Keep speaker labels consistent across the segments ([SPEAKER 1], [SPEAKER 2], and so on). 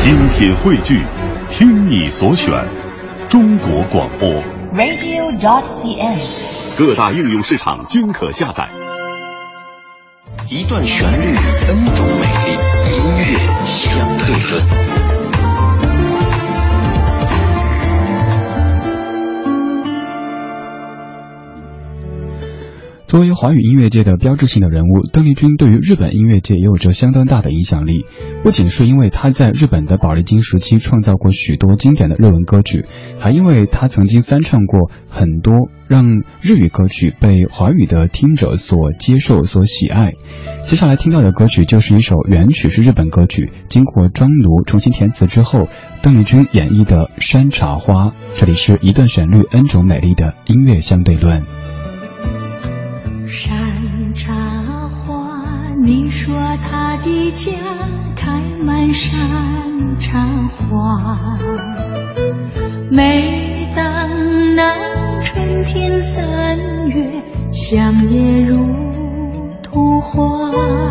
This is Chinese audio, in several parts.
[SPEAKER 1] 精品汇聚，听你所选，中国广播
[SPEAKER 2] radio.cn，
[SPEAKER 1] 各大应用市场均可下载。
[SPEAKER 3] 一段旋律，N种美丽，音乐相对论。
[SPEAKER 4] 作为华语音乐界的标志性的人物，邓丽君对于日本音乐界也有着相当大的影响力。不仅是因为她在日本的宝丽金时期创造过许多经典的日文歌曲，还因为她曾经翻唱过很多让日语歌曲被华语的听者所接受、所喜爱。接下来听到的歌曲就是一首原曲是日本歌曲，经过庄奴重新填词之后，邓丽君演绎的《山茶花》。这里是一段旋律 N 种美丽的音乐相对论。
[SPEAKER 5] 山茶花，你说它的家开满山茶花，每当那春天3月，香叶如图画，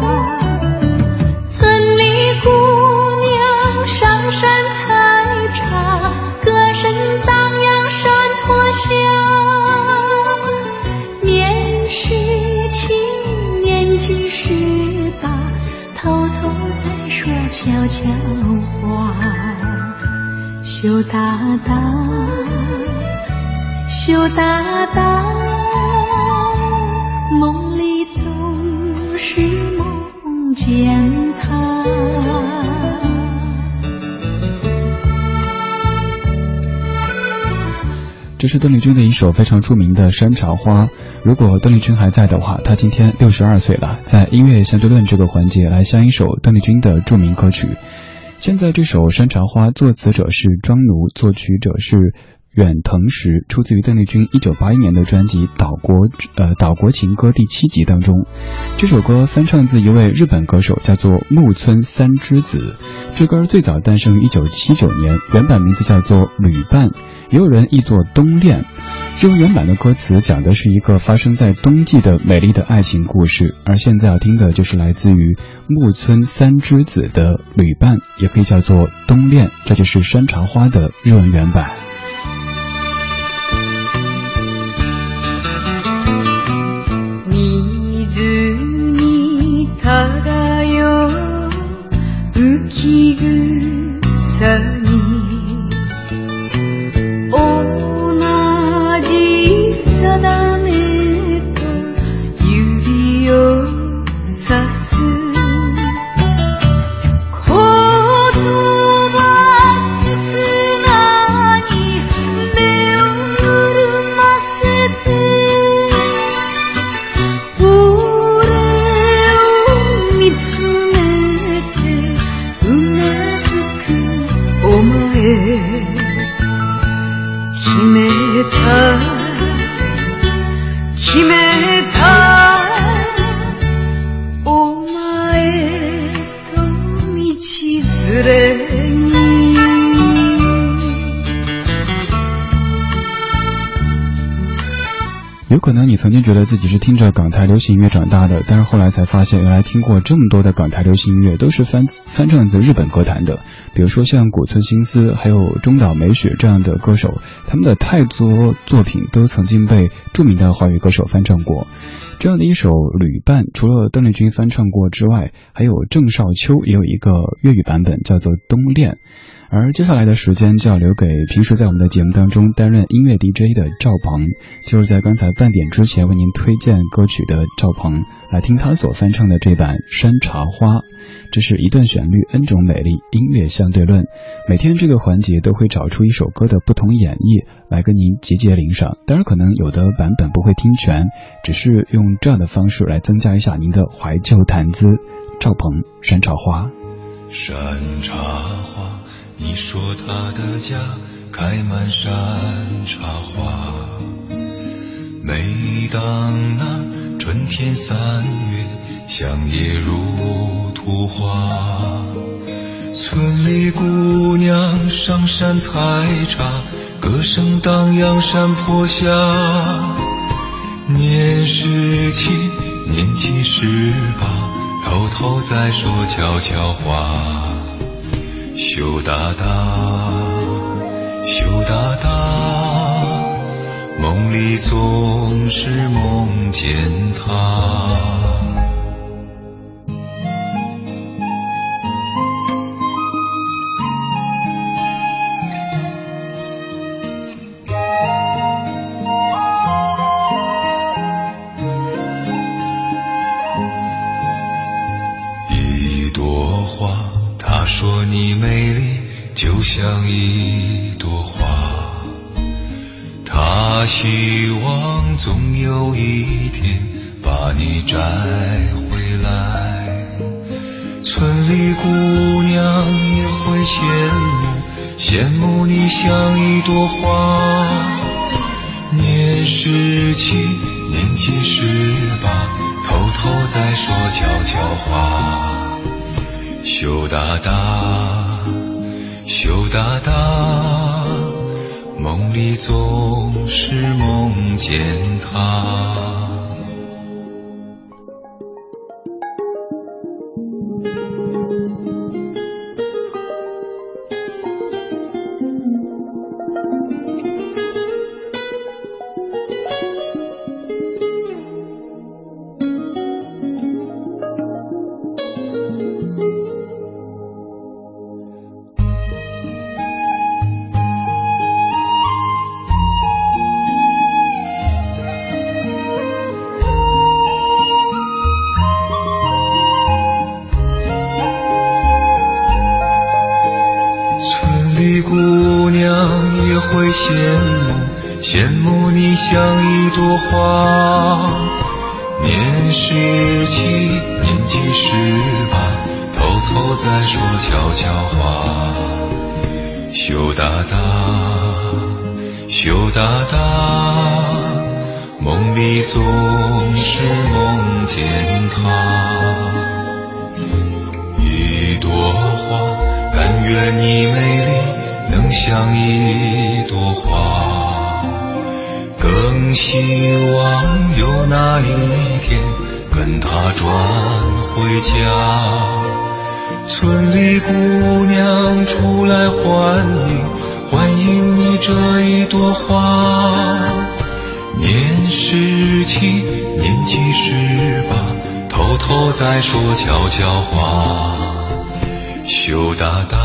[SPEAKER 5] 村里姑娘上山采茶，歌声荡漾山坡下，年17年纪18，偷偷在说悄悄话，羞答答，羞答答，梦里总是梦见他。
[SPEAKER 4] 这是邓丽君的一首非常著名的《山茶花》。如果邓丽君还在的话，她今天62岁了，在音乐相对论这个环节来献一首邓丽君的著名歌曲。现在这首《山茶花》作词者是庄奴，作曲者是远藤石，出自于邓丽君1981年的专辑《岛国情歌》第7集当中。这首歌翻唱自一位日本歌手，叫做木村三之子。这歌最早诞生于1979年，原版名字叫做《旅伴》，也有人译作冬恋。这首原版的歌词讲的是一个发生在冬季的美丽的爱情故事，而现在要听的就是来自于木村三之子的《旅伴》，也可以叫做冬恋，这就是山茶花的日文原版。
[SPEAKER 5] 水に漂う浮き草に同じ定めと指をさす言葉つなに目を潤ませて決めたお前と道連れに。
[SPEAKER 4] 有可能你曾经觉得自己是听着港台流行音乐长大的，但是后来才发现原来听过这么多的港台流行音乐都是翻唱自日本歌坛的。比如说像古村新司还有中岛美雪这样的歌手，他们的太多作品都曾经被著名的华语歌手翻唱过。这样的一首《旅伴》，除了邓丽君翻唱过之外，还有郑少秋也有一个粤语版本叫做《冬恋》。而接下来的时间就要留给平时在我们的节目当中担任音乐 DJ 的赵鹏，就是在刚才半点之前为您推荐歌曲的赵鹏，来听他所翻唱的这版《山茶花》。这是一段旋律 N 种美丽，音乐相对论。每天这个环节都会找出一首歌的不同演绎来跟您节节领赏，当然可能有的版本不会听全，只是用这样的方式来增加一下您的怀旧谈资。赵鹏，山茶花。
[SPEAKER 6] 山茶花，你说它的家开满山茶花，每当那春天3月，香叶如图画，村里姑娘上山采茶，歌声荡漾山坡下，年17年纪18，偷偷在说悄悄话，羞羞答答，羞答答，梦里总是梦见他。说你美丽就像一朵花，他希望总有一天把你摘回来。村里姑娘也会羡慕你像一朵花。年17年纪18，偷偷在说悄悄话。羞答答，羞答答，梦里总是梦见他。羡慕你像一朵花。年17年纪18，偷偷在说悄悄话。羞答答，羞答答，梦里总是梦见他。一朵花，但愿你美丽能像一朵花，更希望有那一天跟他转回家。村里姑娘出来欢迎你这一朵花。年17年纪18，偷偷在说悄悄话。羞答答，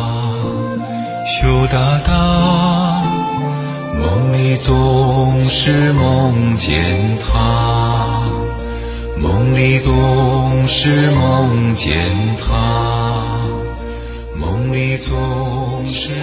[SPEAKER 6] 羞答答，梦里总是梦见他，梦里总是梦见他，梦里总是